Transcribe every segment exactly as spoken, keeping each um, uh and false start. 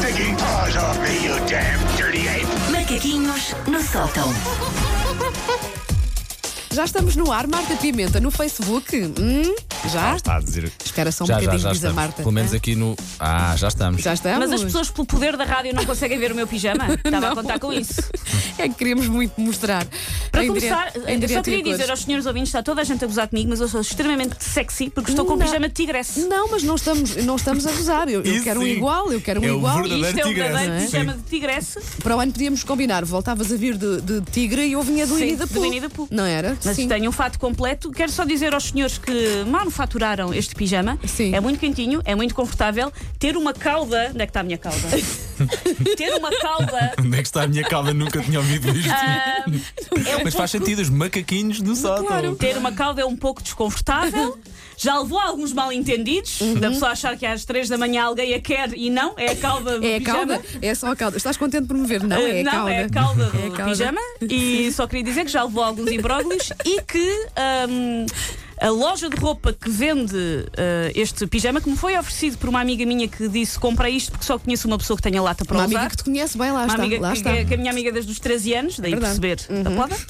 taking paws off me, you damn dirty ape! Macaquinhos no sótão. Já estamos no ar, Marta Pimenta, no Facebook. Hum, já? Está a dizer. Espera só um Já, já, bocadinho, já diz a estamos. Marta. Pelo menos Hã? aqui no. Ah, já estamos. Já estamos. Mas as pessoas, pelo poder da rádio, não conseguem ver o meu pijama? Estava a Não. contar com isso. É que queríamos muito mostrar. Para Em começar, direto- em eu direto só e queria a cores. dizer aos senhores ouvintes: está toda a gente a gozar comigo, mas eu sou extremamente sexy porque estou com um Não. pijama de tigresse. Não, mas não estamos, não estamos a gozar. Eu, eu Isso quero um sim. igual, eu quero um É o igual. verdadeiro Isto é um tigresse, verdadeiro não é? pijama de tigresse. Para o ano podíamos combinar. Voltavas a vir de, de tigre e eu vinha do Sim, Winnie the do Pooh. Winnie the Pooh. Não era? Mas Sim. tenho um fato completo. Quero só dizer aos senhores que manufaturaram este pijama. Sim. É muito quentinho, é muito confortável. Ter uma cauda. Onde é que está a minha cauda? Ter uma cauda. Onde é que está a minha cauda? Nunca tinha ouvido isto. ah, é um Mas faz pouco- sentido, os macaquinhos no sótão. Claro. Ter uma cauda é um pouco desconfortável. Já levou a alguns mal-entendidos, Uhum. da pessoa achar que às três da manhã alguém a quer e não, é a cauda do É a pijama. cauda? É só a cauda. Estás contente por me ver? Não, Uh, é a não, cauda. é a cauda do É a cauda. pijama. E só queria dizer que já levou alguns imbróglios e que hum, a loja de roupa que vende uh, este pijama, que me foi oferecido por uma amiga minha que disse: comprei isto porque só conheço uma pessoa que tenha lata para Uma usar. amiga que te conhece bem, lá Uma está. amiga lá que, está. que é a minha amiga desde os treze anos, daí Verdade. perceber Uhum. a moda.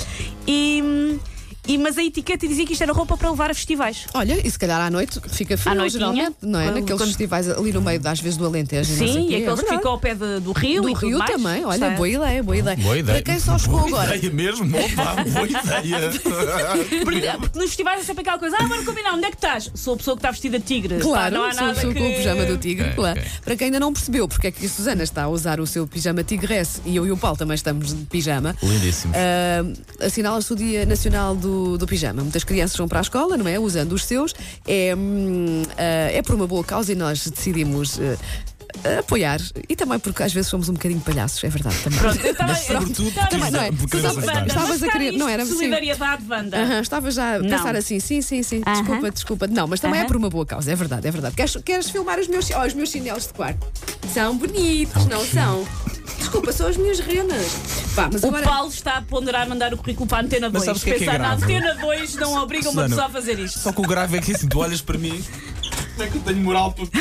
E, e, mas a etiqueta dizia que isto era roupa para levar a festivais. Olha, e se calhar à noite fica frio, À noitinha, geralmente, não é? quando- Naqueles quando- festivais ali no meio, às vezes, do Alentejo. não sei Sim, quê, e é aqueles que verdade. ficam ao pé de- do rio. Do e tudo Rio mais. também, olha, Está- boa ideia, boa ideia. Boa ideia. Para quem só chegou Boa agora. ideia mesmo, opa, boa ideia. Porque, porque nos festivais é sempre aquela coisa: ah, bora combinar, onde é que estás? Sou a pessoa que está vestida de tigre. Claro, Pá, não há sou, nada sou que... com o pijama do tigre, Ok, claro. ok. Para quem ainda não percebeu porque é que a Susana está a usar o seu pijama tigresse e eu e o Paulo também estamos de pijama, Lindíssimo. ah, assinala-se o Dia Nacional do, do Pijama. Muitas crianças vão para a escola, não é? Usando os seus. É, hum, ah, é por uma boa causa e nós decidimos ah, apoiar. E também porque às vezes somos um bocadinho palhaços, é verdade. Também. Pronto, eu estava- Mas sobretudo eu estava- porque não é? porque Tu queremos sabes- ajudar. estavas Mas a cá querer- isto, não era? Sim. solidariedade, Wanda. Aham, estava já a Não. pensar assim, sim, sim, sim, Aham. desculpa, desculpa. Não, mas também é Aham. por uma boa causa, é verdade, é verdade. Queres, queres filmar os meus, oh, os meus chinelos de quarto? São bonitos, não são? Desculpa, são as minhas renas. Pá, mas O agora. Paulo está a ponderar mandar o currículo para a Antena dois. sabes o que é que é Pensar na grave? Antena dois não obriga uma Susana, pessoa a fazer isto. Só que o grave é que assim, tu olhas para mim. Como é que eu tenho moral para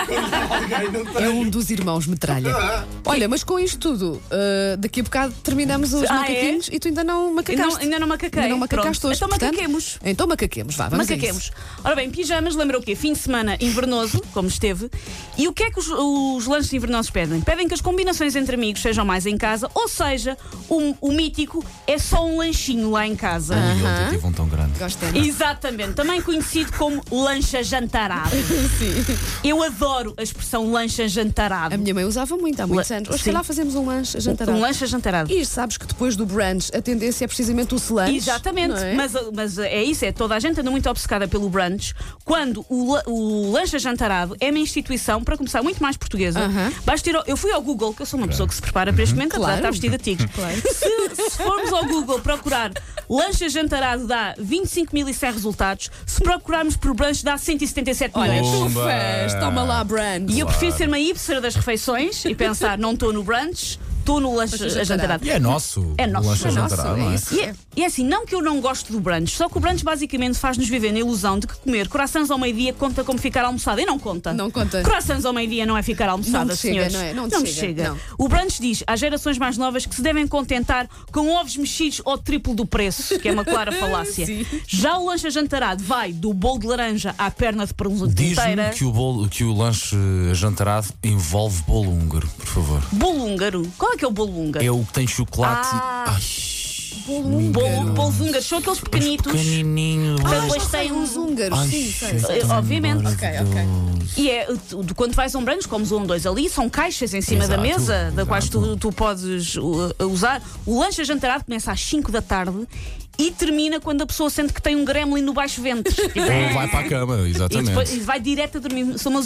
alguém não É tem? um dos irmãos metralha. Olha, mas com isto tudo, ah, daqui a bocado terminamos os Ah, macaquinhos e tu ainda não Ainda macacaste. não, ainda não macaquei. Ainda não macacaste Pronto. hoje. Então portanto- macaquemos. Então macaquemos, vá, vamos a Macaquemos. isso. Ora bem, pijamas, lembra o quê? Fim de semana invernoso, como esteve. E o que é que os, os lanches invernosos pedem? Pedem que as combinações entre amigos sejam mais em casa, ou seja, o, o mítico é só um lanchinho lá em casa. E ontem tive um tão grande. Gosto tanto. Exatamente, também conhecido como lancha jantarado. Sim. Eu adoro a expressão lancha jantarado. A minha mãe usava muito há muitos La- anos. Hoje, se sim. calhar, fazemos um lanche jantarado. Um lancha jantarado. E sabes que depois do brunch a tendência é precisamente o selanche. Exatamente, não é? mas, mas é isso, é toda a gente anda muito obcecada pelo brunch, quando o, la- o lanche jantarado é uma instituição, para começar, muito mais portuguesa. Aham. Basta ir ao- eu fui ao Google, que eu sou uma pessoa que se prepara para este momento, apesar de Claro. estar vestida de tigre. Claro. Se, se formos ao Google procurar lanche jantarado dá vinte e cinco mil e cem resultados, se procurarmos por brunch dá cento e setenta e sete Olha, milhões. tu Pumba. fez, toma lá brunch. E eu prefiro ser uma hipster das refeições e pensar, não estou no brunch, estou no lanche Lanche jantarado. E é nosso. É nosso. O lanche É nosso, jantarado, é não é? isso. E é, e é assim, não que eu não gosto do brunch, só que o brunch basicamente faz-nos viver na ilusão de que comer croissants ao meio-dia conta como ficar almoçada. E não conta. Não conta. Croissants ao meio-dia não é ficar almoçada, Não te chega, senhores. não é? Não te te chega, chega. não. O brunch diz às gerações mais novas que se devem contentar com ovos mexidos ao triplo do preço, que é uma clara falácia. Sim. Já o lanche jantarado vai do bolo de laranja à perna de presunto Diz-me inteira. que o, bolo, que o lanche jantarado envolve bolo húngaro, por favor. Bolo húngaro. Qual é que é o bolo húngaro? É o que tem chocolate. Ah. Ai, Bolo, bolo, bolo húngaro. São aqueles pequenitos. pequenininho. Mas Ah, depois já sei, tem um- uns húngaros, Ai, sim, sei. cheiro Eh, tão obviamente. Ok, ok. maravilhoso. E é, tu- tu- quando vais a um brunch, comes um, dois ali, são caixas em cima da Exato, mesa, da quais tu, exato. tu podes uh, usar. O lanche jantarado começa às cinco da tarde e termina quando a pessoa sente que tem um gremlin no baixo ventre. Tipo, Ou vai para a cama, E exatamente. depois e vai direto a dormir. São umas